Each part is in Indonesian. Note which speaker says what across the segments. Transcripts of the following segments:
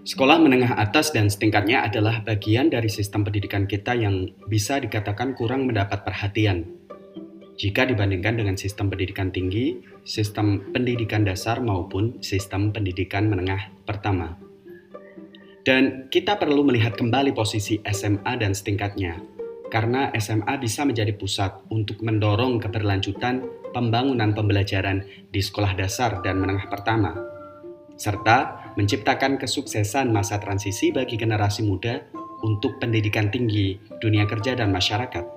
Speaker 1: Sekolah menengah atas dan setingkatnya adalah bagian dari sistem pendidikan kita yang bisa dikatakan kurang mendapat perhatian jika dibandingkan dengan sistem pendidikan tinggi, sistem pendidikan dasar maupun sistem pendidikan menengah pertama. Dan kita perlu melihat kembali posisi SMA dan setingkatnya, karena SMA bisa menjadi pusat untuk mendorong keberlanjutan pembangunan pembelajaran di sekolah dasar dan menengah pertama, serta menciptakan kesuksesan masa transisi bagi generasi muda untuk pendidikan tinggi, dunia kerja, dan masyarakat.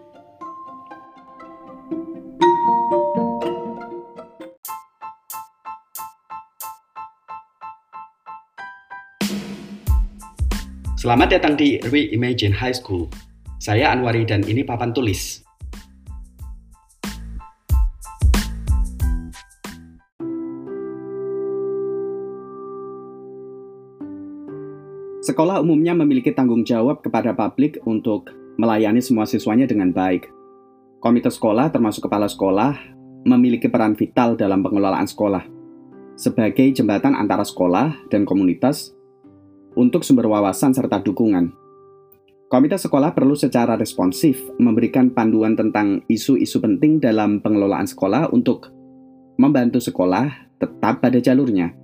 Speaker 1: Selamat datang di Reimagine High School. Saya Anwari dan ini papan tulis. Sekolah umumnya memiliki tanggung jawab kepada publik untuk melayani semua siswanya dengan baik. Komite sekolah termasuk kepala sekolah memiliki peran vital dalam pengelolaan sekolah sebagai jembatan antara sekolah dan komunitas untuk sumber wawasan serta dukungan. Komite sekolah perlu secara responsif memberikan panduan tentang isu-isu penting dalam pengelolaan sekolah untuk membantu sekolah tetap pada jalurnya.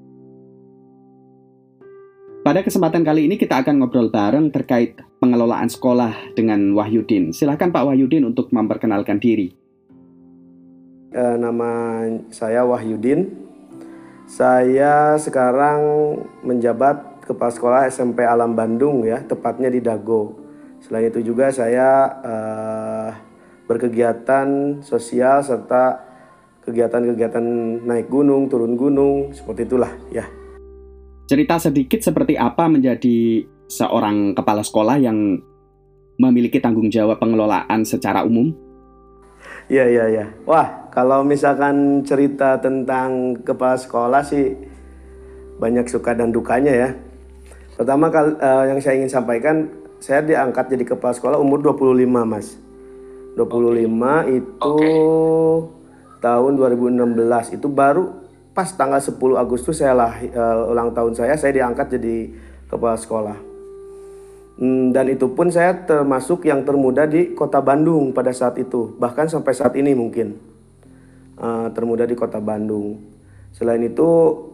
Speaker 1: Pada kesempatan kali ini kita akan ngobrol bareng terkait pengelolaan sekolah dengan Wahyudin. Silakan Pak Wahyudin untuk memperkenalkan diri.
Speaker 2: Nama saya Wahyudin. Saya sekarang menjabat Kepala Sekolah SMP Alam Bandung ya, tepatnya di Dago. Selain itu juga saya berkegiatan sosial serta kegiatan-kegiatan naik gunung, turun gunung, seperti itulah ya.
Speaker 1: Cerita sedikit seperti apa menjadi seorang kepala sekolah yang memiliki tanggung jawab pengelolaan secara umum?
Speaker 2: Iya. Wah, kalau misalkan cerita tentang kepala sekolah sih banyak suka dan dukanya ya. Pertama yang saya ingin sampaikan, saya diangkat jadi kepala sekolah umur 25, Mas. 25 itu tahun 2016. Itu baru pas tanggal 10 Agustus ulang tahun saya diangkat jadi kepala sekolah. Dan itu pun saya termasuk yang termuda di Kota Bandung pada saat itu. Bahkan sampai saat ini mungkin termuda di Kota Bandung. Selain itu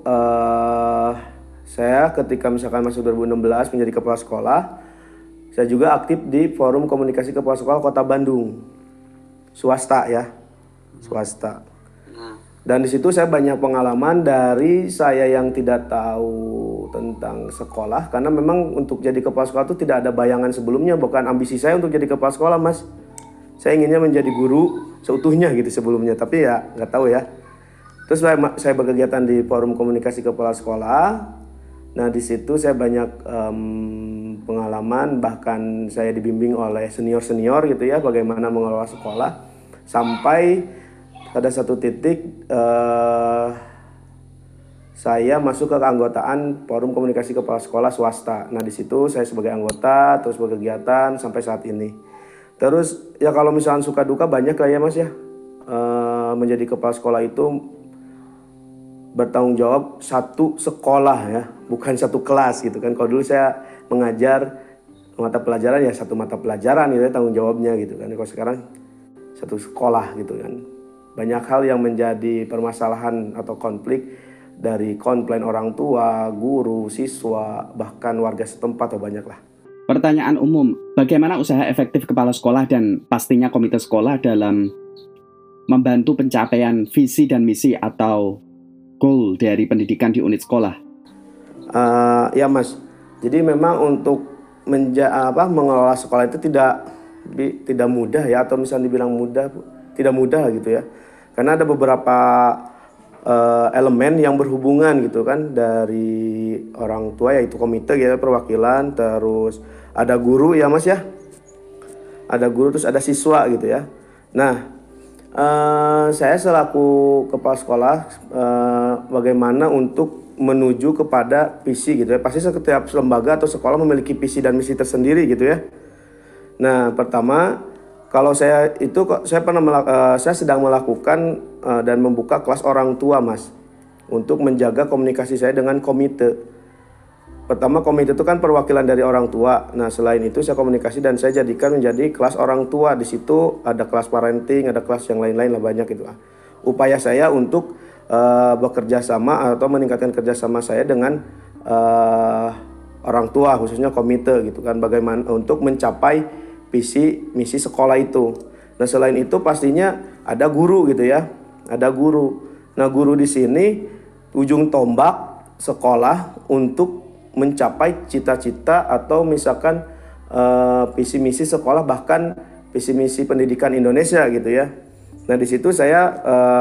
Speaker 2: saya ketika misalkan masuk 2016 menjadi kepala sekolah, saya juga aktif di Forum Komunikasi Kepala Sekolah Kota Bandung. Swasta ya. Swasta. Dan di situ saya banyak pengalaman dari saya yang tidak tahu tentang sekolah, karena memang untuk jadi kepala sekolah itu tidak ada bayangan sebelumnya, bukan ambisi saya untuk jadi kepala sekolah, Mas. Saya inginnya menjadi guru seutuhnya gitu sebelumnya, tapi ya nggak tahu ya. Terus saya berkegiatan di Forum Komunikasi Kepala Sekolah. Nah di situ saya banyak pengalaman, bahkan saya dibimbing oleh senior-senior gitu ya, bagaimana mengelola sekolah. Sampai pada satu titik saya masuk ke keanggotaan Forum Komunikasi Kepala Sekolah Swasta. Nah di situ saya sebagai anggota terus berkegiatan sampai saat ini. Terus ya kalau misalnya suka duka banyak lah ya Mas ya. Menjadi kepala sekolah itu bertanggung jawab satu sekolah ya, bukan satu kelas gitu kan. Kalau dulu saya mengajar mata pelajaran ya satu mata pelajaran gitu ya, tanggung jawabnya gitu kan. Kalau sekarang satu sekolah gitu kan. Banyak hal yang menjadi permasalahan atau konflik dari komplain orang tua, guru, siswa, bahkan warga setempat atau banyak lah.
Speaker 1: Pertanyaan umum, bagaimana usaha efektif kepala sekolah dan pastinya komite sekolah dalam membantu pencapaian visi dan misi atau goal dari pendidikan di unit sekolah?
Speaker 2: Ya Mas, jadi memang untuk mengelola sekolah itu tidak mudah ya, atau misalnya dibilang mudah, tidak mudah gitu ya. Karena ada beberapa elemen yang berhubungan gitu kan, dari orang tua yaitu komite gitu, perwakilan, terus ada guru ya Mas ya. Ada guru terus ada siswa gitu ya. Nah, saya selaku kepala sekolah bagaimana untuk menuju kepada visi gitu ya. Pasti setiap lembaga atau sekolah memiliki visi dan misi tersendiri gitu ya. Nah, pertama kalau saya sedang melakukan dan membuka kelas orang tua Mas, untuk menjaga komunikasi saya dengan komite. pertama komite itu kan perwakilan dari orang tua. Nah, selain itu saya komunikasi dan saya jadikan menjadi kelas orang tua. Di situ ada kelas parenting, ada kelas yang lain-lain lah, banyak itu. Upaya saya untuk bekerja sama atau meningkatkan kerjasama saya dengan orang tua, khususnya komite gitu kan, bagaimana untuk mencapai visi misi sekolah itu. Nah, selain itu pastinya ada guru gitu ya, ada guru. Nah, guru di sini ujung tombak sekolah untuk mencapai cita-cita atau misalkan visi misi sekolah, bahkan visi misi pendidikan Indonesia gitu ya. Nah, di situ saya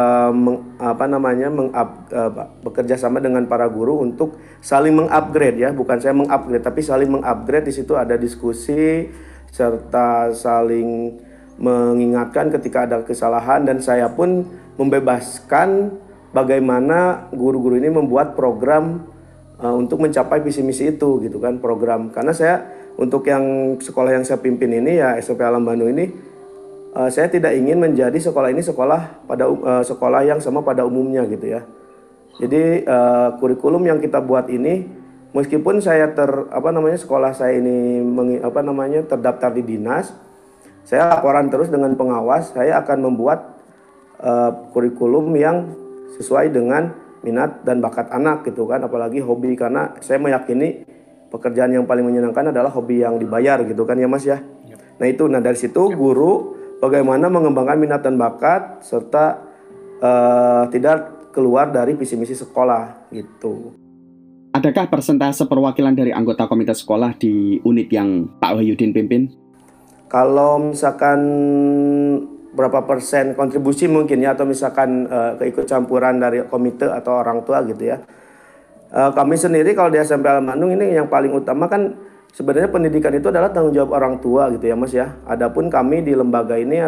Speaker 2: bekerja sama dengan para guru untuk saling mengupgrade ya, bukan saya mengupgrade tapi saling mengupgrade. Di situ ada diskusi serta saling mengingatkan ketika ada kesalahan, dan saya pun membebaskan bagaimana guru-guru ini membuat program untuk mencapai visi misi itu gitu kan, program. Karena saya untuk yang sekolah yang saya pimpin ini ya, SMP Alam Bandung ini, saya tidak ingin menjadi sekolah ini sekolah yang sama pada umumnya gitu ya. Jadi kurikulum yang kita buat ini, meskipun saya sekolah saya ini terdaftar di dinas, saya laporan terus dengan pengawas, saya akan membuat kurikulum yang sesuai dengan minat dan bakat anak gitu kan, apalagi hobi, karena saya meyakini pekerjaan yang paling menyenangkan adalah hobi yang dibayar gitu kan ya Mas ya. Nah dari situ guru bagaimana mengembangkan minat dan bakat serta tidak keluar dari visi misi sekolah gitu.
Speaker 1: Adakah persentase perwakilan dari anggota komite sekolah di unit yang Pak Wahyudin pimpin?
Speaker 2: Kalau misalkan berapa persen kontribusi mungkin ya, atau misalkan keikut campuran dari komite atau orang tua gitu ya. Kami sendiri kalau di SMP Alam Bandung ini yang paling utama kan sebenarnya pendidikan itu adalah tanggung jawab orang tua gitu ya Mas ya. Adapun kami di lembaga ini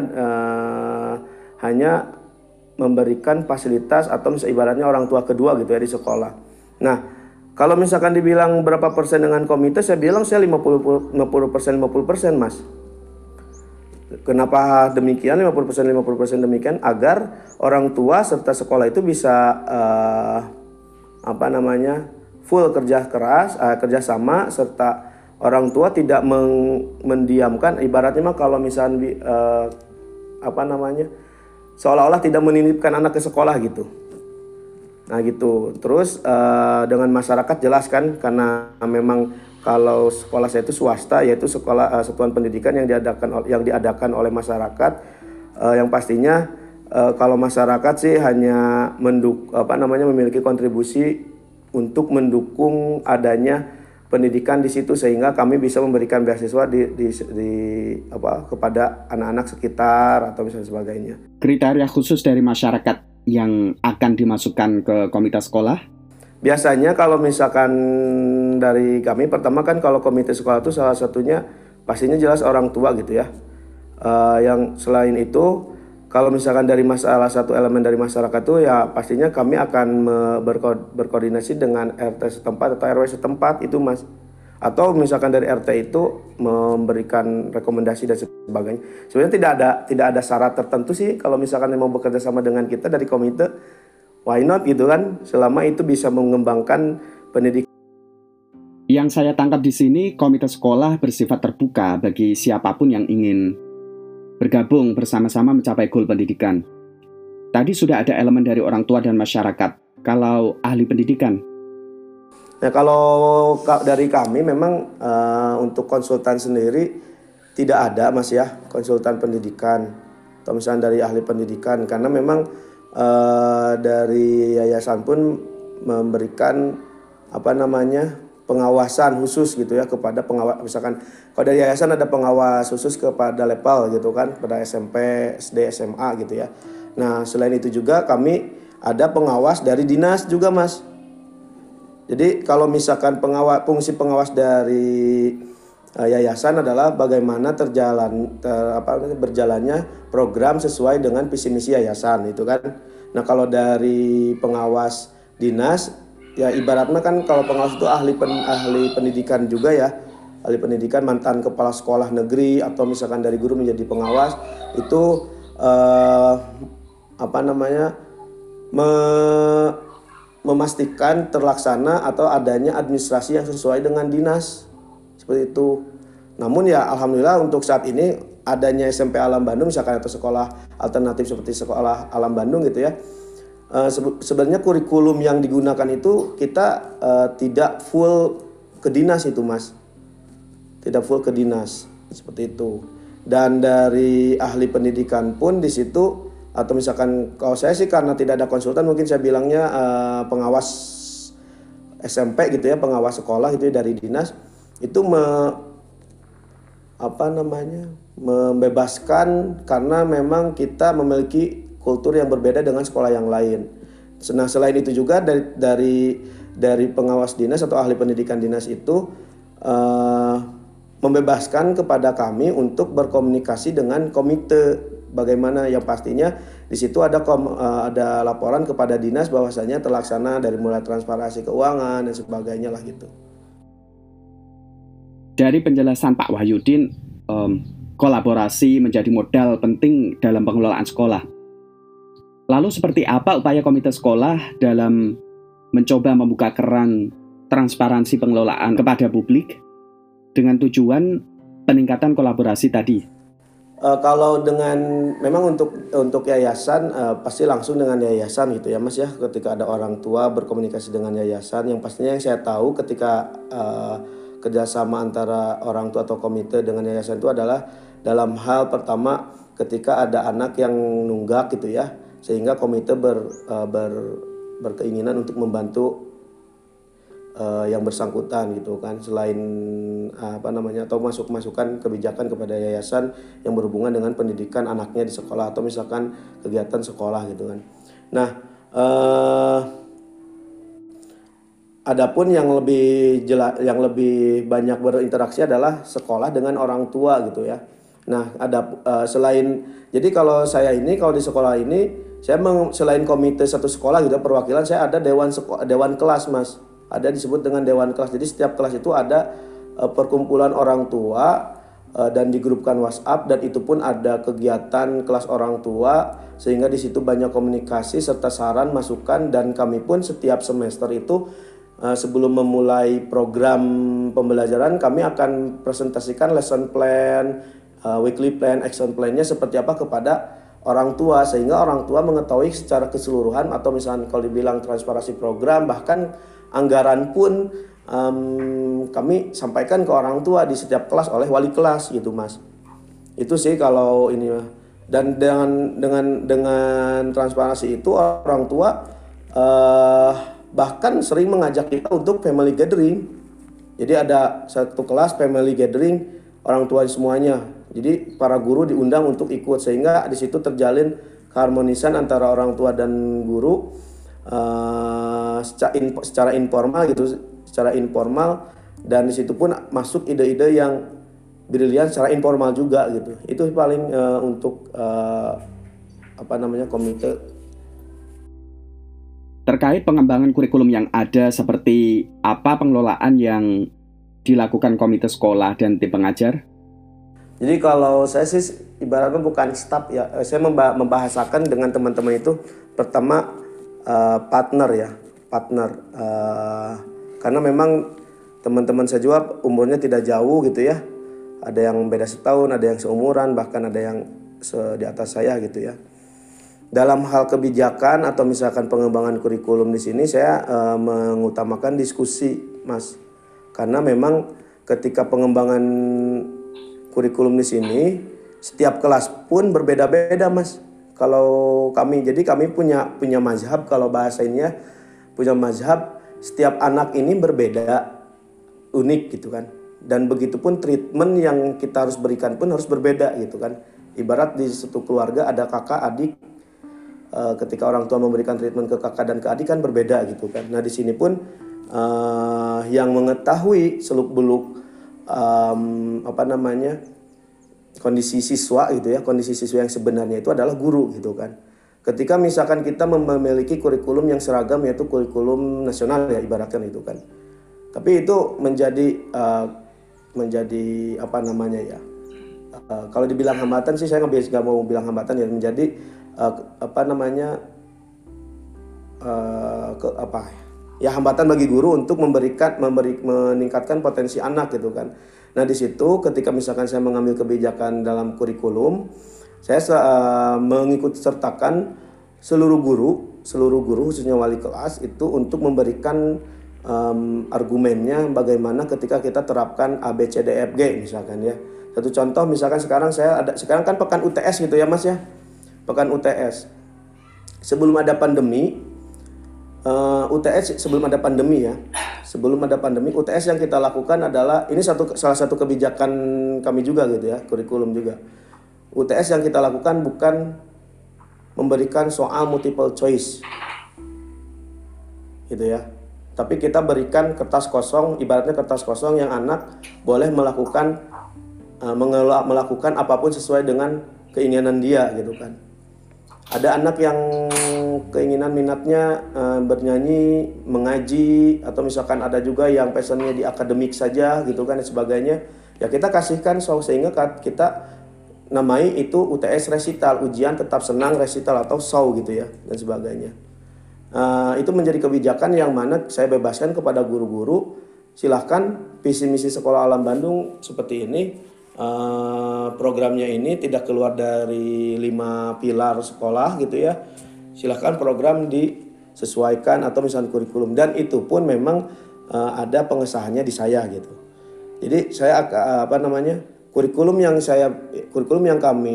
Speaker 2: hanya memberikan fasilitas atau ibaratnya orang tua kedua gitu ya di sekolah. Nah, kalau misalkan dibilang berapa persen dengan komite, saya bilang saya 50% Mas. Kenapa demikian 50% demikian? Agar orang tua serta sekolah itu bisa full kerja keras, kerjasama, serta orang tua tidak mendiamkan. Ibaratnya mah kalau misalnya seolah-olah tidak menitipkan anak ke sekolah gitu. Nah gitu. Terus dengan masyarakat jelas kan, karena memang kalau sekolah saya itu swasta, yaitu sekolah satuan pendidikan yang diadakan oleh masyarakat, yang pastinya kalau masyarakat sih hanya memiliki kontribusi untuk mendukung adanya pendidikan di situ, sehingga kami bisa memberikan beasiswa kepada anak-anak sekitar atau misalnya sebagainya.
Speaker 1: Kriteria khusus dari masyarakat yang akan dimasukkan ke komite sekolah?
Speaker 2: Biasanya kalau misalkan dari kami, pertama kan kalau komite sekolah itu salah satunya pastinya jelas orang tua gitu ya. Yang selain itu, kalau misalkan dari salah satu elemen dari masyarakat itu ya pastinya kami akan berkoordinasi dengan RT setempat atau RW setempat itu Mas. Atau misalkan dari RT itu memberikan rekomendasi dan sebagainya. Sebenarnya tidak ada syarat tertentu sih kalau misalkan mau bekerja sama dengan kita dari komite. Why not gitu kan, selama itu bisa mengembangkan pendidikan.
Speaker 1: Yang saya tangkap di sini, komite sekolah bersifat terbuka bagi siapapun yang ingin bergabung bersama-sama mencapai goal pendidikan. Tadi sudah ada elemen dari orang tua dan masyarakat. Kalau ahli pendidikan?
Speaker 2: Nah kalau dari kami memang untuk konsultan sendiri tidak ada Mas ya, konsultan pendidikan atau misalnya dari ahli pendidikan, karena memang dari yayasan pun memberikan pengawasan khusus gitu ya kepada pengawas. Misalkan kalau dari yayasan ada pengawas khusus kepada level gitu kan, pada SMP, SD, SMA gitu ya. Nah selain itu juga kami ada pengawas dari dinas juga Mas. Jadi kalau misalkan fungsi pengawas dari yayasan adalah bagaimana berjalannya program sesuai dengan visi misi yayasan itu kan. Nah kalau dari pengawas dinas ya ibaratnya kan kalau pengawas itu ahli pendidikan juga ya, ahli pendidikan, mantan kepala sekolah negeri atau misalkan dari guru menjadi pengawas itu memastikan terlaksana atau adanya administrasi yang sesuai dengan dinas. Seperti itu. Namun ya alhamdulillah untuk saat ini adanya SMP Alam Bandung misalkan atau sekolah alternatif seperti sekolah Alam Bandung gitu ya. Sebenarnya kurikulum yang digunakan itu kita tidak full ke dinas itu Mas. Tidak full ke dinas seperti itu. Dan dari ahli pendidikan pun di situ atau misalkan kalau saya sih karena tidak ada konsultan mungkin saya bilangnya pengawas SMP gitu ya, pengawas sekolah gitu ya dari dinas itu membebaskan karena memang kita memiliki kultur yang berbeda dengan sekolah yang lain. Nah selain itu juga dari pengawas dinas atau ahli pendidikan dinas itu membebaskan kepada kami untuk berkomunikasi dengan komite. Bagaimana yang pastinya di situ ada laporan kepada dinas bahwasanya terlaksana dari mulai transparansi keuangan dan sebagainya lah gitu.
Speaker 1: Dari penjelasan Pak Wahyudin, kolaborasi menjadi modal penting dalam pengelolaan sekolah. Lalu seperti apa upaya komite sekolah dalam mencoba membuka keran transparansi pengelolaan kepada publik dengan tujuan peningkatan kolaborasi tadi?
Speaker 2: Kalau memang untuk yayasan pasti langsung dengan yayasan gitu ya Mas ya, ketika ada orang tua berkomunikasi dengan yayasan yang pastinya yang saya tahu ketika kerjasama antara orang tua atau komite dengan yayasan itu adalah dalam hal pertama ketika ada anak yang nunggak gitu ya, sehingga komite berkeinginan untuk membantu yang bersangkutan gitu kan, selain atau masukan kebijakan kepada yayasan yang berhubungan dengan pendidikan anaknya di sekolah atau misalkan kegiatan sekolah gitu kan. Nah, adapun yang lebih banyak berinteraksi adalah sekolah dengan orang tua gitu ya. Nah, jadi kalau di sekolah ini saya selain komite satu sekolah gitu perwakilan, saya ada dewan kelas Mas. Ada disebut dengan dewan kelas. Jadi setiap kelas itu ada perkumpulan orang tua dan digrupkan WhatsApp, dan itu pun ada kegiatan kelas orang tua sehingga di situ banyak komunikasi serta saran, masukan, dan kami pun setiap semester itu sebelum memulai program pembelajaran kami akan presentasikan lesson plan, weekly plan, action plan-nya seperti apa kepada orang tua sehingga orang tua mengetahui secara keseluruhan atau misalnya kalau dibilang transparansi program bahkan anggaran pun kami sampaikan ke orang tua di setiap kelas oleh wali kelas gitu Mas. Itu sih kalau ini mah. Dan dengan transparansi itu orang tua bahkan sering mengajak kita untuk family gathering. Jadi ada satu kelas family gathering orang tua semuanya. Jadi para guru diundang untuk ikut sehingga di situ terjalin keharmonisan antara orang tua dan guru. Secara informal dan di situ pun masuk ide-ide yang brilian secara informal juga gitu. Itu paling untuk komite.
Speaker 1: Terkait pengembangan kurikulum yang ada, seperti apa pengelolaan yang dilakukan komite sekolah dan tim pengajar?
Speaker 2: Jadi kalau saya sih ibaratnya bukan staf ya, saya membahasakan dengan teman-teman itu pertama partner karena memang teman-teman saya juga umurnya tidak jauh gitu ya, ada yang beda setahun, ada yang seumuran, bahkan ada yang di atas saya gitu ya. Dalam hal kebijakan atau misalkan pengembangan kurikulum di sini saya mengutamakan diskusi Mas, karena memang ketika pengembangan kurikulum di sini setiap kelas pun berbeda-beda Mas. Kalau kami punya mazhab, kalau bahasanya punya mazhab, setiap anak ini berbeda, unik gitu kan. Dan begitupun treatment yang kita harus berikan pun harus berbeda gitu kan. Ibarat di satu keluarga ada kakak, adik, ketika orang tua memberikan treatment ke kakak dan ke adik kan berbeda gitu kan. Nah di sini pun yang mengetahui seluk-beluk kondisi siswa gitu ya, kondisi siswa yang sebenarnya itu adalah guru gitu kan. Ketika misalkan kita memiliki kurikulum yang seragam yaitu kurikulum nasional ya ibaratkan itu kan. Tapi itu menjadi kalau dibilang hambatan sih saya nggak mau bilang hambatan ya, menjadi hambatan bagi guru untuk meningkatkan potensi anak gitu kan. Nah di situ ketika misalkan saya mengambil kebijakan dalam kurikulum, saya mengikut sertakan seluruh guru khususnya wali kelas itu untuk memberikan argumennya bagaimana ketika kita terapkan A B C D E F G misalkan ya. Satu contoh misalkan sekarang kan pekan UTS gitu ya Mas ya. Pekan UTS. Sebelum ada pandemi UTS yang kita lakukan adalah ini salah satu kebijakan kami juga gitu ya, kurikulum juga. UTS yang kita lakukan bukan memberikan soal multiple choice gitu ya, tapi kita berikan kertas kosong, ibaratnya kertas kosong yang anak boleh melakukan apapun sesuai dengan keinginan dia gitu kan. Ada anak yang keinginan minatnya bernyanyi, mengaji, atau misalkan ada juga yang passionnya di akademik saja gitu kan dan sebagainya. Ya kita kasihkan sehingga kita namai itu UTS resital, ujian tetap senang resital atau show gitu ya dan sebagainya. Itu menjadi kebijakan yang mana saya bebaskan kepada guru-guru, silahkan visi misi Sekolah Alam Bandung seperti ini. Programnya ini tidak keluar dari 5 pilar sekolah gitu ya. Silahkan program disesuaikan atau misalnya kurikulum, dan itu pun memang ada pengesahannya di saya gitu. Jadi saya kurikulum yang kami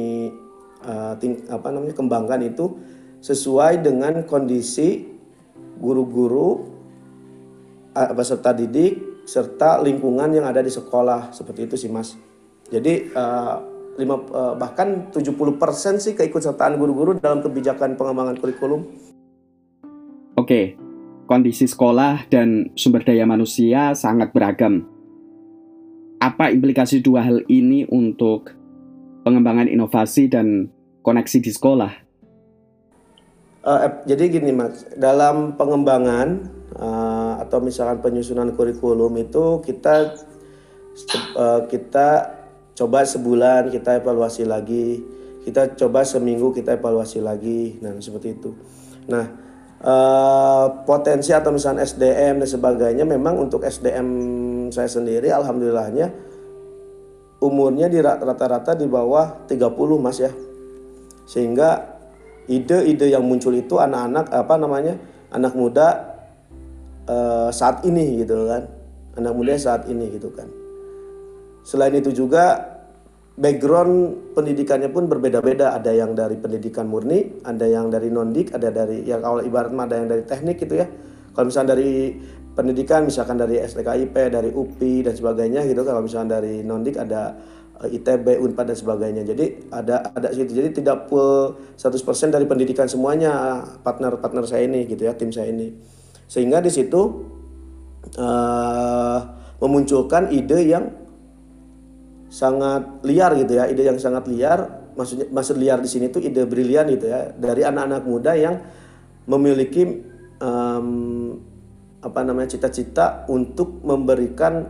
Speaker 2: kembangkan itu sesuai dengan kondisi guru-guru, peserta didik serta lingkungan yang ada di sekolah, seperti itu sih Mas. Jadi bahkan 70% sih keikutsertaan guru-guru dalam kebijakan pengembangan kurikulum.
Speaker 1: Oke, kondisi sekolah dan sumber daya manusia sangat beragam. Apa implikasi dua hal ini untuk pengembangan inovasi dan koneksi di sekolah?
Speaker 2: Jadi gini Mas, dalam pengembangan atau misalkan penyusunan kurikulum itu kita coba sebulan kita evaluasi lagi, kita coba seminggu kita evaluasi lagi, nah seperti itu. Nah potensi atau misalnya SDM dan sebagainya, memang untuk SDM saya sendiri alhamdulillahnya umurnya di rata-rata di bawah 30 Mas ya, sehingga ide-ide yang muncul itu anak muda saat ini gitu kan, anak muda saat ini gitu kan. Selain itu juga background pendidikannya pun berbeda-beda, ada yang dari pendidikan murni, ada yang dari non-dik, ada dari yang kalau ibaratnya ada yang dari teknik gitu ya. Kalau misalnya dari pendidikan misalkan dari STKIP, dari UPI dan sebagainya gitu. Kalau misalnya dari non-dik ada ITB, Unpad dan sebagainya. Jadi ada situ. Jadi tidak full 100% dari pendidikan semuanya partner saya ini gitu ya, tim saya ini. Sehingga di situ memunculkan ide yang sangat liar gitu ya, ide yang sangat liar. Maksud liar di sini tuh ide brilian gitu ya, dari anak-anak muda yang memiliki cita-cita untuk memberikan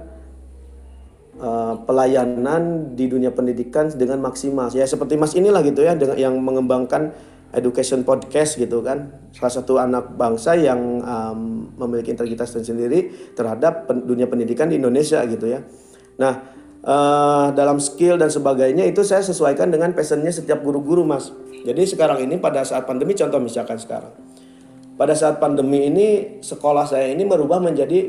Speaker 2: pelayanan di dunia pendidikan dengan maksimal. Ya seperti Mas inilah gitu ya, dengan yang mengembangkan education podcast gitu kan. Salah satu anak bangsa yang memiliki integritas sendiri terhadap dunia pendidikan di Indonesia gitu ya. Nah, dalam skill dan sebagainya itu saya sesuaikan dengan passionnya setiap guru-guru Mas. Jadi sekarang ini pada saat pandemi, contoh misalkan sekarang pada saat pandemi ini sekolah saya ini berubah menjadi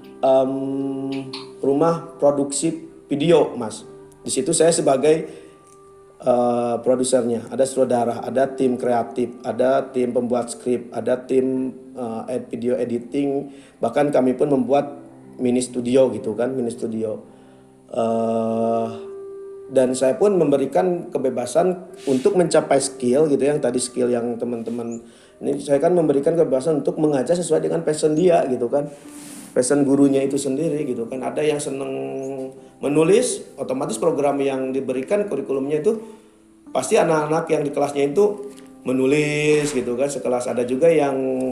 Speaker 2: rumah produksi video Mas. Di situ saya sebagai produsernya, ada sutradara, ada tim kreatif, ada tim pembuat skrip, ada tim video editing, bahkan kami pun membuat mini studio gitu kan, mini studio. Dan saya pun memberikan kebebasan untuk mencapai skill gitu, yang tadi skill yang teman-teman ini saya kan memberikan kebebasan untuk mengajar sesuai dengan passion dia gitu kan, passion gurunya itu sendiri gitu kan. Ada yang seneng menulis, otomatis program yang diberikan kurikulumnya itu pasti anak-anak yang di kelasnya itu menulis gitu kan sekelas. Ada juga yang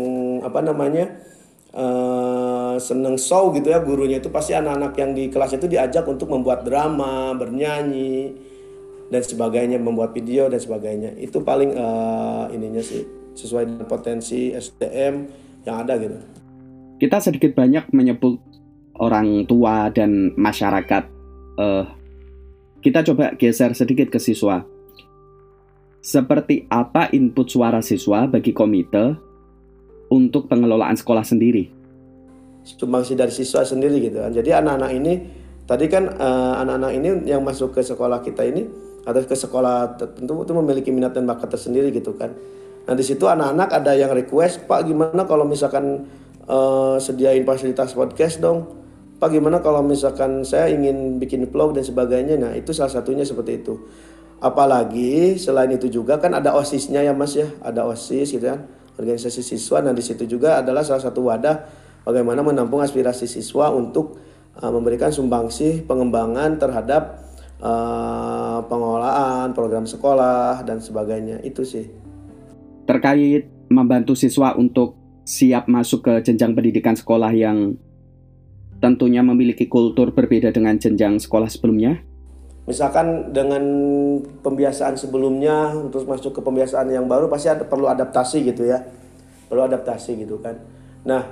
Speaker 2: seneng show gitu ya, gurunya itu pasti anak-anak yang di kelas itu diajak untuk membuat drama, bernyanyi dan sebagainya, membuat video dan sebagainya. Itu paling ininya sih sesuai dengan potensi SDM yang ada gitu.
Speaker 3: Kita sedikit banyak menyebut orang tua dan masyarakat. Kita coba geser sedikit ke siswa. Seperti apa input suara siswa bagi komite untuk pengelolaan sekolah sendiri?
Speaker 2: Sumbangsi dari siswa sendiri gitu kan. Jadi anak-anak ini tadi kan anak-anak ini yang masuk ke sekolah kita ini atau ke sekolah tertentu itu memiliki minat dan bakat tersendiri gitu kan. Nah di situ anak-anak ada yang request, Pak gimana kalau misalkan sediain fasilitas podcast dong. Pak gimana kalau misalkan saya ingin bikin vlog dan sebagainya. Nah itu salah satunya seperti itu. Apalagi selain itu juga kan ada OSIS-nya ya Mas ya, ada OSIS gitu kan, organisasi siswa. Nah di situ juga adalah salah satu wadah bagaimana menampung aspirasi siswa untuk memberikan sumbangsi pengembangan terhadap pengelolaan program sekolah dan sebagainya. Itu sih.
Speaker 3: Terkait membantu siswa untuk siap masuk ke jenjang pendidikan sekolah yang tentunya memiliki kultur berbeda dengan jenjang sekolah sebelumnya.
Speaker 2: Misalkan dengan pembiasaan sebelumnya terus masuk ke pembiasaan yang baru pasti perlu adaptasi gitu ya, perlu adaptasi gitu kan. Nah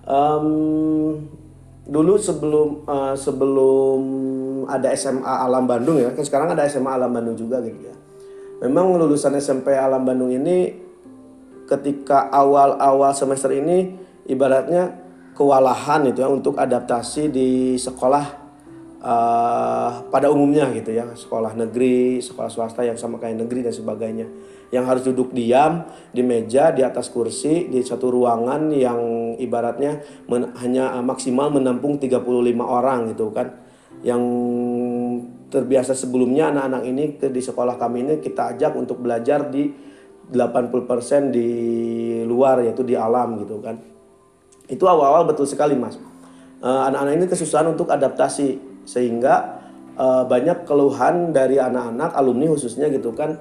Speaker 2: dulu sebelum ada SMA Alam Bandung ya, kan sekarang ada SMA Alam Bandung juga gitu ya. Memang lulusan SMP Alam Bandung ini ketika awal-awal semester ini ibaratnya kewalahan gitu ya untuk adaptasi di sekolah pada umumnya gitu ya, sekolah negeri, sekolah swasta yang sama kayak negeri dan sebagainya, yang harus duduk diam di meja di atas kursi di satu ruangan yang ibaratnya hanya maksimal menampung 35 orang gitu kan. Yang terbiasa sebelumnya anak-anak ini di sekolah kami ini kita ajak untuk belajar di 80% di luar yaitu di alam gitu kan. Itu awal-awal betul sekali Mas. Anak-anak ini kesusahan untuk adaptasi sehingga banyak keluhan dari anak-anak alumni khususnya gitu kan,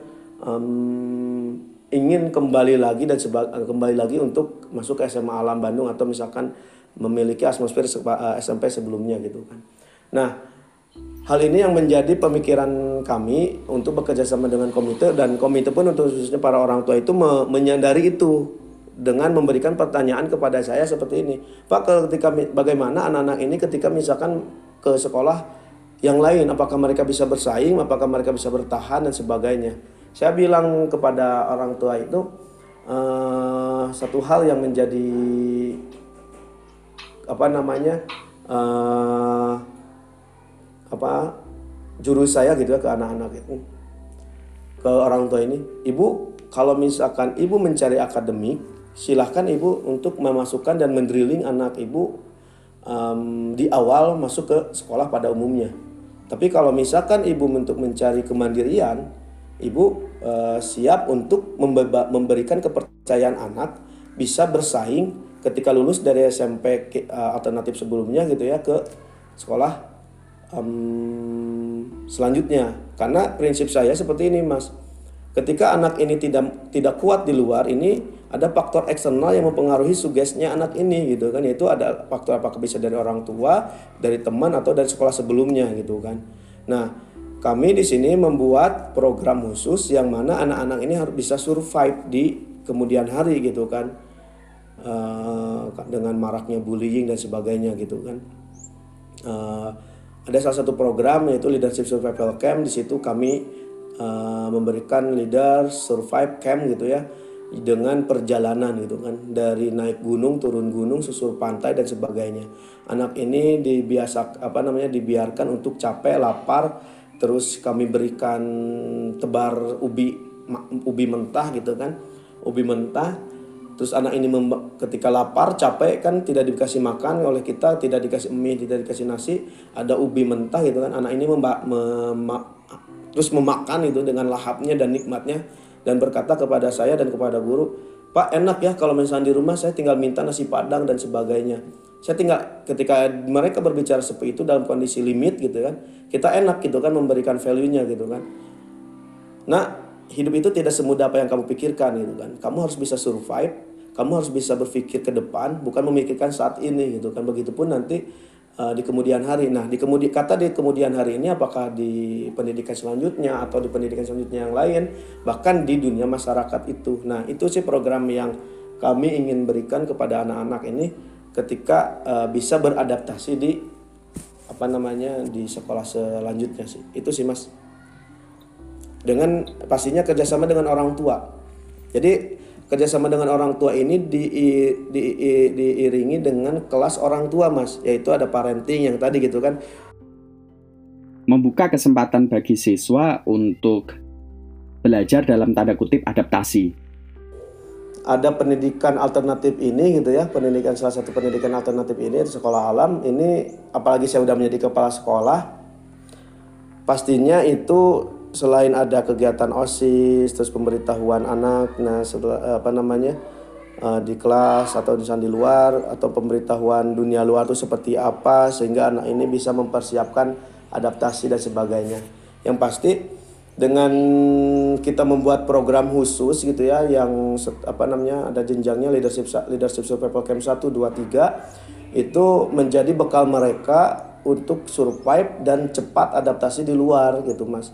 Speaker 2: ingin kembali lagi dan kembali lagi untuk masuk ke SMA Alam Bandung atau misalkan memiliki atmosfer SMP sebelumnya gitu kan. Nah hal ini yang menjadi pemikiran kami untuk bekerja sama dengan komite, dan komite pun untuk khususnya para orang tua itu menyadari itu dengan memberikan pertanyaan kepada saya seperti ini, Pak, ketika bagaimana anak-anak ini ketika misalkan ke sekolah yang lain, apakah mereka bisa bersaing, apakah mereka bisa bertahan dan sebagainya. Saya bilang kepada orang tua itu satu hal yang menjadi jurus saya gitu ya ke anak-anak itu, ke orang tua ini, Ibu kalau misalkan Ibu mencari akademik, silahkan Ibu untuk memasukkan dan mendrilling anak Ibu di awal masuk ke sekolah pada umumnya. Tapi kalau misalkan Ibu untuk mencari kemandirian, Ibu siap untuk memberikan kepercayaan anak bisa bersaing ketika lulus dari SMP alternatif sebelumnya gitu ya ke sekolah selanjutnya. Karena prinsip saya seperti ini Mas, ketika anak ini tidak kuat di luar, ini ada faktor eksternal yang mempengaruhi sugesnya anak ini gitu kan, yaitu ada faktor apakah bisa dari orang tua, dari teman atau dari sekolah sebelumnya gitu kan. Nah kami di sini membuat program khusus yang mana anak-anak ini harus bisa survive di kemudian hari gitu kan, dengan maraknya bullying dan sebagainya gitu kan. Ada salah satu program yaitu Leadership Survival Camp. Di situ kami memberikan leader survive camp gitu ya, dengan perjalanan gitu kan, dari naik gunung, turun gunung, susur pantai dan sebagainya. Anak ini dibiarkan untuk capek, lapar, terus kami berikan tebar ubi mentah gitu kan, ubi mentah. Terus anak ini ketika lapar, capek kan, tidak dikasih makan oleh kita, tidak dikasih mie, tidak dikasih nasi, ada ubi mentah gitu kan. Anak ini terus memakan itu dengan lahapnya dan nikmatnya, dan berkata kepada saya dan kepada guru, Pak enak ya kalau misalnya di rumah saya tinggal minta nasi padang dan sebagainya. Saya tinggal, ketika mereka berbicara seperti itu dalam kondisi limit gitu kan, kita enak gitu kan memberikan value-nya gitu kan. Nah hidup itu tidak semudah apa yang kamu pikirkan gitu kan. Kamu harus bisa survive, kamu harus bisa berpikir ke depan, bukan memikirkan saat ini gitu kan. Begitupun nanti di kemudian hari. Nah, di kemudian hari ini apakah di pendidikan selanjutnya atau di pendidikan selanjutnya yang lain, bahkan di dunia masyarakat itu. Nah, itu sih program yang kami ingin berikan kepada anak-anak ini ketika bisa beradaptasi di di sekolah selanjutnya sih. Itu sih Mas. Dengan pastinya kerjasama dengan orang tua. Jadi kerjasama dengan orang tua ini diiringi dengan kelas orang tua Mas, yaitu ada parenting yang tadi gitu kan.
Speaker 3: Membuka kesempatan bagi siswa untuk belajar dalam tanda kutip adaptasi.
Speaker 2: Ada pendidikan alternatif ini gitu ya, salah satu pendidikan alternatif ini di sekolah alam ini, apalagi saya udah menjadi kepala sekolah, pastinya itu selain ada kegiatan OSIS, terus pemberitahuan anak, di kelas atau di luar, atau pemberitahuan dunia luar itu seperti apa sehingga anak ini bisa mempersiapkan adaptasi dan sebagainya. Yang pasti dengan kita membuat program khusus gitu ya yang ada jenjangnya leadership survival camp 1 2 3 itu menjadi bekal mereka untuk survive dan cepat adaptasi di luar gitu Mas.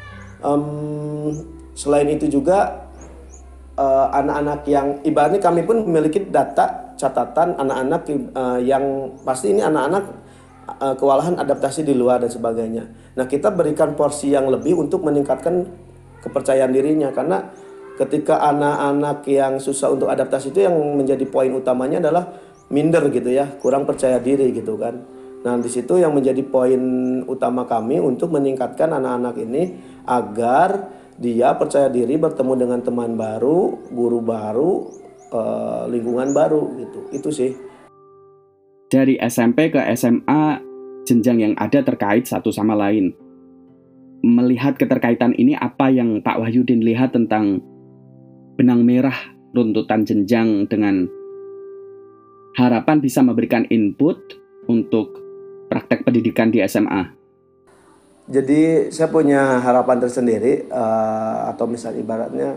Speaker 2: Selain itu juga anak-anak yang ibaratnya kami pun memiliki data catatan anak-anak yang pasti ini anak-anak kewalahan adaptasi di luar dan sebagainya. Nah, kita berikan porsi yang lebih untuk meningkatkan kepercayaan dirinya, karena ketika anak-anak yang susah untuk adaptasi itu yang menjadi poin utamanya adalah minder gitu ya, kurang percaya diri gitu kan. Nah, di situ yang menjadi poin utama kami untuk meningkatkan anak-anak ini agar dia percaya diri bertemu dengan teman baru, guru baru, lingkungan baru gitu. Itu sih.
Speaker 3: Dari SMP ke SMA, jenjang yang ada terkait satu sama lain. Melihat keterkaitan ini, apa yang Pak Wahyudin lihat tentang benang merah runtutan jenjang dengan harapan bisa memberikan input untuk praktek pendidikan di SMA?
Speaker 2: Jadi saya punya harapan tersendiri, atau misalnya ibaratnya,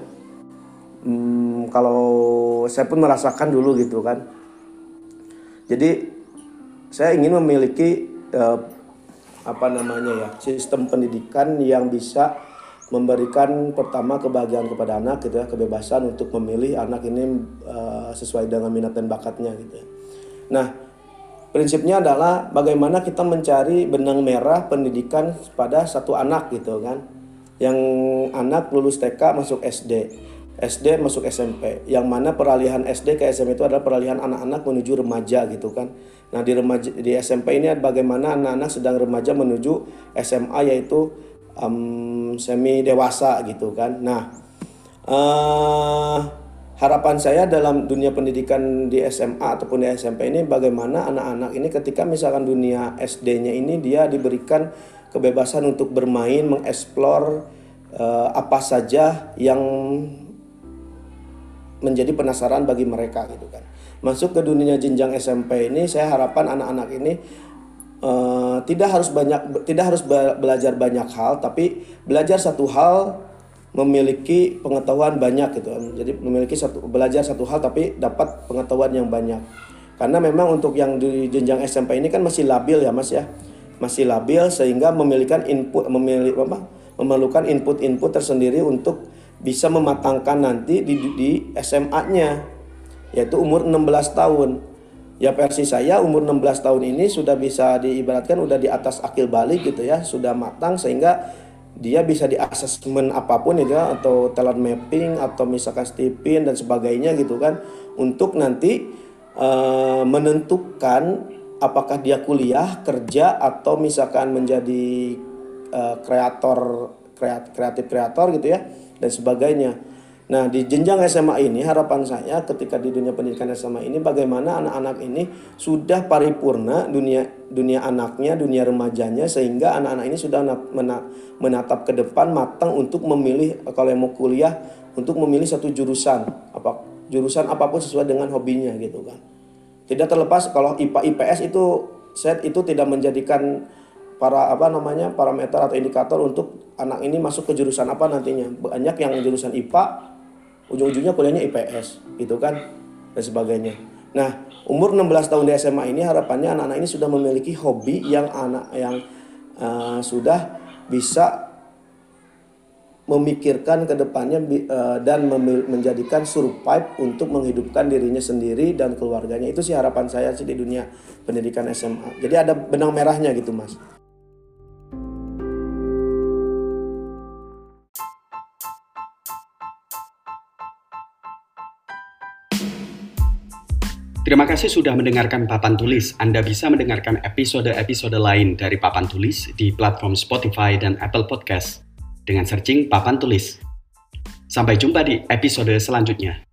Speaker 2: kalau saya pun merasakan dulu gitu kan. Jadi saya ingin memiliki sistem pendidikan yang bisa memberikan pertama kebahagiaan kepada anak gitu ya, kebebasan untuk memilih anak ini sesuai dengan minat dan bakatnya gitu ya. Nah, prinsipnya adalah bagaimana kita mencari benang merah pendidikan pada satu anak gitu kan. Yang anak lulus TK masuk SD masuk SMP, yang mana peralihan SD ke SMP itu adalah peralihan anak-anak menuju remaja gitu kan. Nah, di SMP ini bagaimana anak-anak sedang remaja menuju SMA, yaitu semi dewasa gitu kan. Nah, harapan saya dalam dunia pendidikan di SMA ataupun di SMP ini, bagaimana anak-anak ini ketika misalkan dunia SD-nya ini dia diberikan kebebasan untuk bermain, mengeksplor apa saja yang menjadi penasaran bagi mereka gitu kan. Masuk ke dunia jenjang SMP ini, saya harapan anak-anak ini tidak harus belajar banyak hal, tapi belajar satu hal memiliki pengetahuan banyak gitu. Jadi belajar satu hal tapi dapat pengetahuan yang banyak. Karena memang untuk yang di jenjang SMP ini kan masih labil ya Mas ya. Masih labil sehingga memerlukan input tersendiri untuk bisa mematangkan nanti di SMA-nya, yaitu umur 16 tahun. Ya, versi saya umur 16 tahun ini sudah bisa diibaratkan udah di atas akil balik gitu ya, sudah matang sehingga dia bisa di asesmen apapun itu ya, atau talent mapping atau misalkan stipend dan sebagainya gitu kan, untuk nanti menentukan apakah dia kuliah, kerja, atau misalkan menjadi kreatif kreator gitu ya, dan sebagainya. Nah, di jenjang SMA ini harapan saya ketika di dunia pendidikan SMA ini, bagaimana anak-anak ini sudah paripurna dunia anaknya, dunia remajanya, sehingga anak-anak ini sudah menatap ke depan matang untuk memilih, kalau yang mau kuliah, untuk memilih satu jurusan apapun sesuai dengan hobinya gitu kan. Tidak terlepas kalau IPA IPS itu tidak menjadikan parameter atau indikator untuk anak ini masuk ke jurusan apa nantinya. Banyak yang jurusan IPA ujung-ujungnya kuliahnya IPS gitu kan, dan sebagainya. Nah, umur 16 tahun di SMA ini harapannya anak-anak ini sudah memiliki hobi yang sudah bisa memikirkan ke depannya dan menjadikan survive untuk menghidupkan dirinya sendiri dan keluarganya. Itu sih harapan saya sih di dunia pendidikan SMA. Jadi ada benang merahnya gitu, Mas.
Speaker 1: Terima kasih sudah mendengarkan Papan Tulis. Anda bisa mendengarkan episode-episode lain dari Papan Tulis di platform Spotify dan Apple Podcast dengan searching Papan Tulis. Sampai jumpa di episode selanjutnya.